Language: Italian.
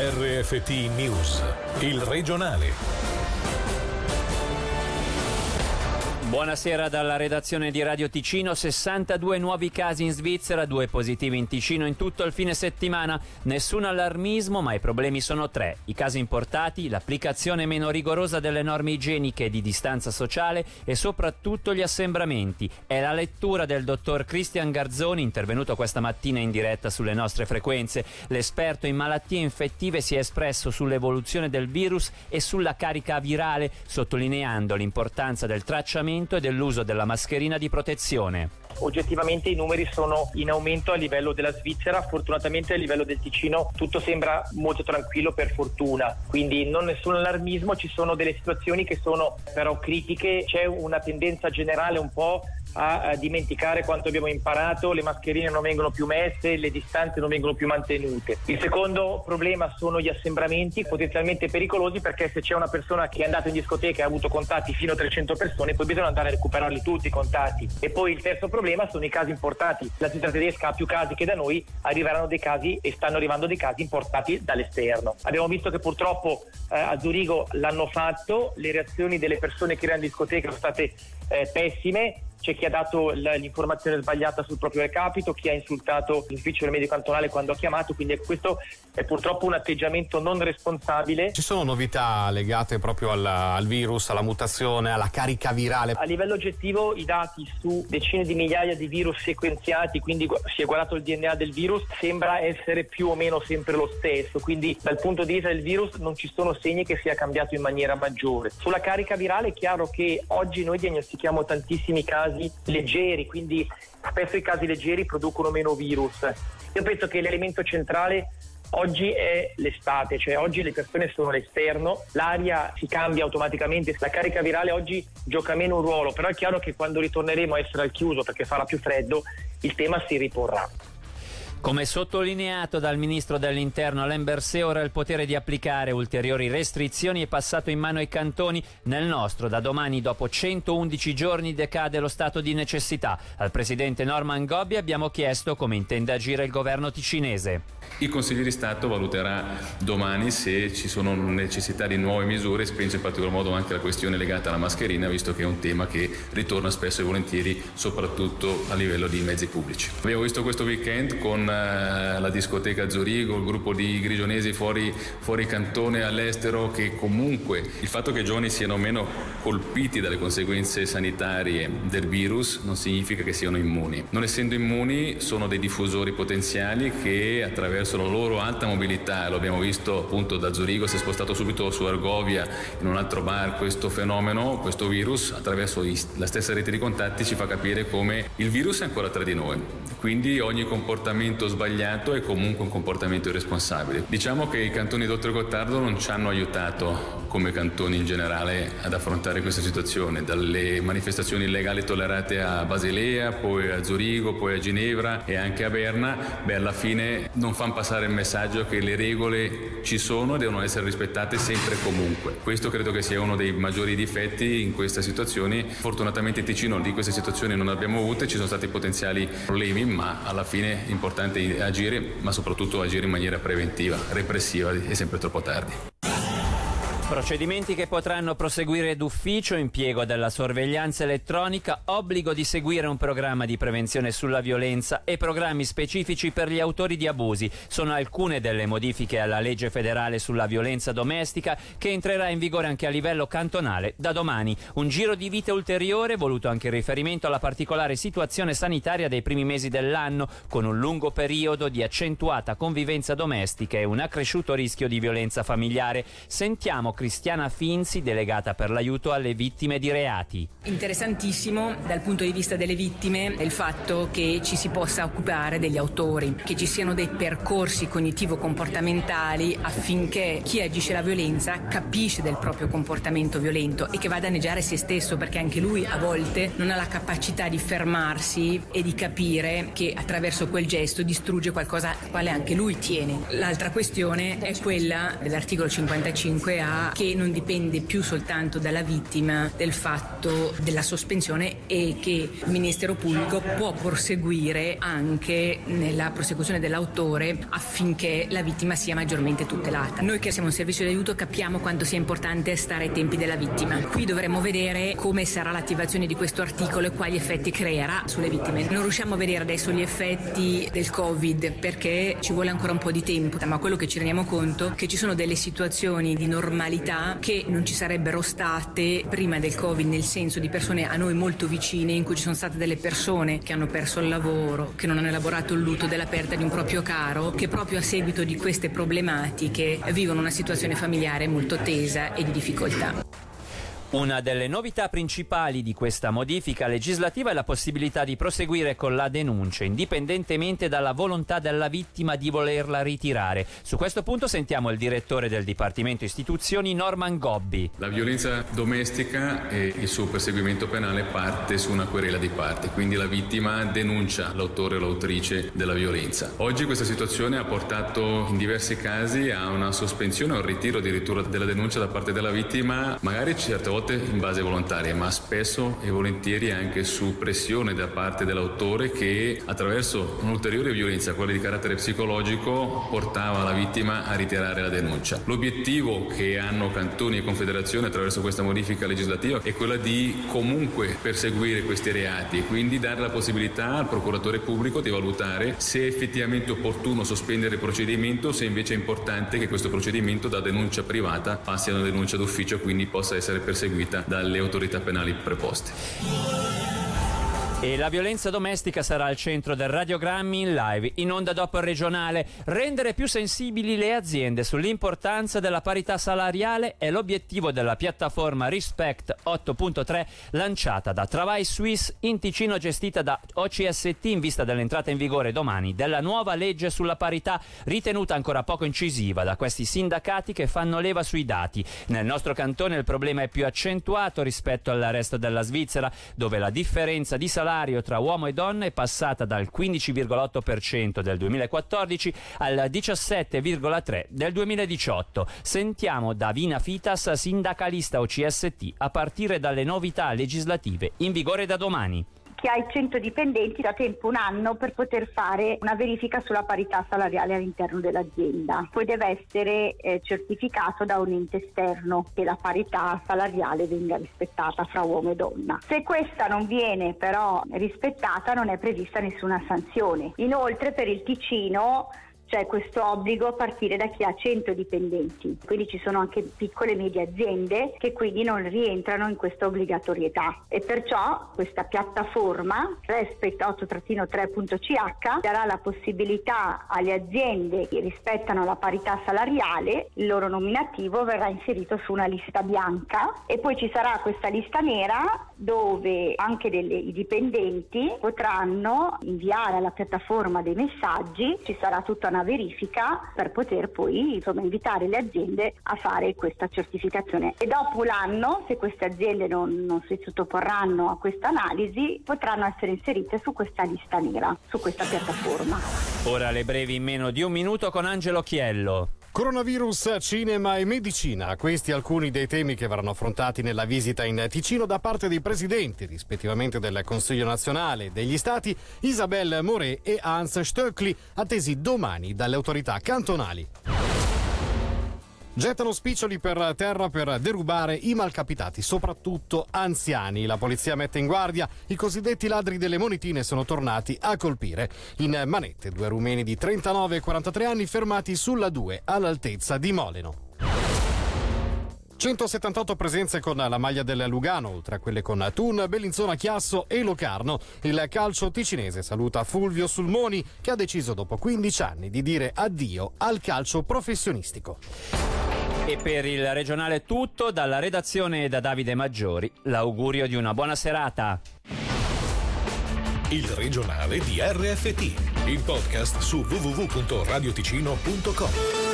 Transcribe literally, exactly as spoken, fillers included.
R F T News, il regionale. Buonasera dalla redazione di Radio Ticino. sessantadue nuovi casi in Svizzera, due positivi in Ticino in tutto il fine settimana. Nessun allarmismo, ma i problemi sono tre. I casi importati, l'applicazione meno rigorosa delle norme igieniche e di distanza sociale e soprattutto gli assembramenti. È la lettura del dottor Cristian Garzoni, intervenuto questa mattina in diretta sulle nostre frequenze. L'esperto in malattie infettive si è espresso sull'evoluzione del virus e sulla carica virale, sottolineando l'importanza del tracciamento e dell'uso della mascherina di protezione. Oggettivamente i numeri sono in aumento a livello della Svizzera, fortunatamente a livello del Ticino tutto sembra molto tranquillo, per fortuna, quindi non nessun allarmismo. Ci sono delle situazioni che sono però critiche, c'è una tendenza generale un po' a, a dimenticare quanto abbiamo imparato, le mascherine non vengono più messe, le distanze non vengono più mantenute. Il secondo problema sono gli assembramenti, potenzialmente pericolosi, perché se c'è una persona che è andata in discoteca e ha avuto contatti fino a trecento persone, poi bisogna andare a recuperarli tutti i contatti. E poi il terzo problema sono i casi importati. La Svizzera tedesca ha più casi che da noi, arriveranno dei casi e stanno arrivando dei casi importati dall'esterno. Abbiamo visto che purtroppo eh, a Zurigo l'hanno fatto, le reazioni delle persone che erano in discoteca sono state eh, pessime. C'è chi ha dato l'informazione sbagliata sul proprio recapito, chi ha insultato l'ufficio del medico cantonale quando ha chiamato, quindi questo è purtroppo un atteggiamento non responsabile. Ci sono novità legate proprio al, al virus, alla mutazione, alla carica virale? A livello oggettivo i dati su decine di migliaia di virus sequenziati, quindi si è guardato il D N A del virus, sembra essere più o meno sempre lo stesso, quindi dal punto di vista del virus non ci sono segni che sia cambiato in maniera maggiore. Sulla carica virale è chiaro che oggi noi diagnostichiamo tantissimi casi leggeri, quindi spesso i casi leggeri producono meno virus. Io penso che l'elemento centrale oggi è l'estate, cioè oggi le persone sono all'esterno, l'aria si cambia automaticamente, la carica virale oggi gioca meno un ruolo, però è chiaro che quando ritorneremo a essere al chiuso perché farà più freddo, il tema si riporrà. Come sottolineato dal ministro dell'Interno Alain Berset, ora il potere di applicare ulteriori restrizioni è passato in mano ai cantoni. Nel nostro, da domani, dopo centoundici giorni, decade lo stato di necessità. Al presidente Norman Gobbi abbiamo chiesto come intende agire il governo ticinese. Il Consiglio di Stato valuterà domani se ci sono necessità di nuove misure, penso in particolar modo anche alla questione legata alla mascherina, visto che è un tema che ritorna spesso e volentieri, soprattutto a livello di mezzi pubblici. Abbiamo visto questo weekend con la discoteca Zurigo, il gruppo di grigionesi fuori, fuori cantone all'estero, che comunque il fatto che i giovani siano meno colpiti dalle conseguenze sanitarie del virus non significa che siano immuni. Non essendo immuni sono dei diffusori potenziali che attraverso la loro alta mobilità, lo abbiamo visto appunto da Zurigo, si è spostato subito su Argovia in un altro bar questo fenomeno, questo virus, attraverso la stessa rete di contatti ci fa capire come il virus è ancora tra di noi, quindi ogni comportamento sbagliato è comunque un comportamento irresponsabile. Diciamo che i cantoni di Dr. Gottardo non ci hanno aiutato come cantoni in generale ad affrontare questa situazione, dalle manifestazioni illegali tollerate a Basilea, poi a Zurigo, poi a Ginevra e anche a Berna, beh alla fine non fanno passare il messaggio che le regole ci sono e devono essere rispettate sempre e comunque. Questo credo che sia uno dei maggiori difetti in queste situazioni. Fortunatamente in Ticino di queste situazioni non abbiamo avute, ci sono stati potenziali problemi, ma alla fine è importante agire, ma soprattutto agire in maniera preventiva, repressiva, è sempre troppo tardi. Procedimenti che potranno proseguire d'ufficio, impiego della sorveglianza elettronica, obbligo di seguire un programma di prevenzione sulla violenza e programmi specifici per gli autori di abusi. Sono alcune delle modifiche alla legge federale sulla violenza domestica che entrerà in vigore anche a livello cantonale da domani. Un giro di vite ulteriore voluto anche in riferimento alla particolare situazione sanitaria dei primi mesi dell'anno, con un lungo periodo di accentuata convivenza domestica e un accresciuto rischio di violenza familiare. Sentiamo Cristiana Finzi, delegata per l'aiuto alle vittime di reati. Interessantissimo dal punto di vista delle vittime è il fatto che ci si possa occupare degli autori, che ci siano dei percorsi cognitivo-comportamentali affinché chi agisce la violenza capisce del proprio comportamento violento e che va a danneggiare se stesso, perché anche lui a volte non ha la capacità di fermarsi e di capire che attraverso quel gesto distrugge qualcosa al quale anche lui tiene. L'altra questione è quella dell'articolo cinquantacinque A che non dipende più soltanto dalla vittima del fatto della sospensione e che il Ministero Pubblico può proseguire anche nella prosecuzione dell'autore affinché la vittima sia maggiormente tutelata. Noi che siamo un servizio di aiuto capiamo quanto sia importante stare ai tempi della vittima. Qui dovremo vedere come sarà l'attivazione di questo articolo e quali effetti creerà sulle vittime. Non riusciamo a vedere adesso gli effetti del Covid perché ci vuole ancora un po' di tempo, ma quello che ci rendiamo conto è che ci sono delle situazioni di normalità che non ci sarebbero state prima del Covid, nel senso di persone a noi molto vicine, in cui ci sono state delle persone che hanno perso il lavoro, che non hanno elaborato il lutto della perdita di un proprio caro, che proprio a seguito di queste problematiche vivono una situazione familiare molto tesa e di difficoltà. Una delle novità principali di questa modifica legislativa è la possibilità di proseguire con la denuncia, indipendentemente dalla volontà della vittima di volerla ritirare. Su questo punto sentiamo il direttore del Dipartimento Istituzioni, Norman Gobbi. La violenza domestica e il suo perseguimento penale parte su una querela di parte, quindi la vittima denuncia l'autore o l'autrice della violenza. Oggi questa situazione ha portato in diversi casi a una sospensione o un ritiro addirittura della denuncia da parte della vittima, magari certe volte in base volontaria, ma spesso e volentieri anche su pressione da parte dell'autore che attraverso un'ulteriore violenza, quella di carattere psicologico, portava la vittima a ritirare la denuncia. L'obiettivo che hanno cantoni e confederazioni attraverso questa modifica legislativa è quella di comunque perseguire questi reati e quindi dare la possibilità al procuratore pubblico di valutare se è effettivamente opportuno sospendere il procedimento, se invece è importante che questo procedimento da denuncia privata passi a una denuncia d'ufficio e quindi possa essere perseguita dalle autorità penali preposte. E la violenza domestica sarà al centro del Radiogrammi in live, in onda dopo il regionale. Rendere più sensibili le aziende sull'importanza della parità salariale è l'obiettivo della piattaforma Respect otto punto tre lanciata da Travail Suisse in Ticino, gestita da O C S T in vista dell'entrata in vigore domani della nuova legge sulla parità, ritenuta ancora poco incisiva da questi sindacati che fanno leva sui dati. Nel nostro cantone il problema è più accentuato rispetto al resto della Svizzera, dove la differenza di salario tra uomo e donna è passata dal quindici virgola otto per cento del duemilaquattordici al diciassette virgola tre per cento del duemiladiciotto. Sentiamo Davina Fitas, sindacalista O C S T, a partire dalle novità legislative in vigore da domani. Chi ha i cento dipendenti da tempo un anno per poter fare una verifica sulla parità salariale all'interno dell'azienda. Poi deve essere eh, certificato da un ente esterno che la parità salariale venga rispettata fra uomo e donna. Se questa non viene però rispettata non è prevista nessuna sanzione. Inoltre per il Ticino c'è questo obbligo a partire da chi ha cento dipendenti, quindi ci sono anche piccole e medie aziende che quindi non rientrano in questa obbligatorietà e perciò questa piattaforma Respect otto tre punto c h darà la possibilità alle aziende che rispettano la parità salariale, il loro nominativo verrà inserito su una lista bianca e poi ci sarà questa lista nera dove anche delle, i dipendenti potranno inviare alla piattaforma dei messaggi, ci sarà tutta una verifica per poter poi insomma invitare le aziende a fare questa certificazione e dopo l'anno, se queste aziende non, non si sottoporranno a questa analisi, potranno essere inserite su questa lista nera, su questa piattaforma. Ora le brevi in meno di un minuto con Angelo Chiello. Coronavirus, cinema e medicina, questi alcuni dei temi che verranno affrontati nella visita in Ticino da parte dei presidenti rispettivamente del Consiglio nazionale e degli stati Isabelle Moret e Hans Stöckli, attesi domani dalle autorità cantonali. Gettano spiccioli per terra per derubare i malcapitati, soprattutto anziani. La polizia mette in guardia i cosiddetti ladri delle monetine sono tornati a colpire. In manette due rumeni di trentanove e quarantatré anni fermati sulla due all'altezza di Moleno. centosettantotto presenze con la maglia del Lugano, oltre a quelle con Thun, Bellinzona, Chiasso e Locarno. Il calcio ticinese saluta Fulvio Sulmoni, che ha deciso dopo quindici anni di dire addio al calcio professionistico. E per il regionale è tutto, dalla redazione e da Davide Maggiori, l'augurio di una buona serata. Il regionale di R F T, il podcast su w w w punto radioticino punto com.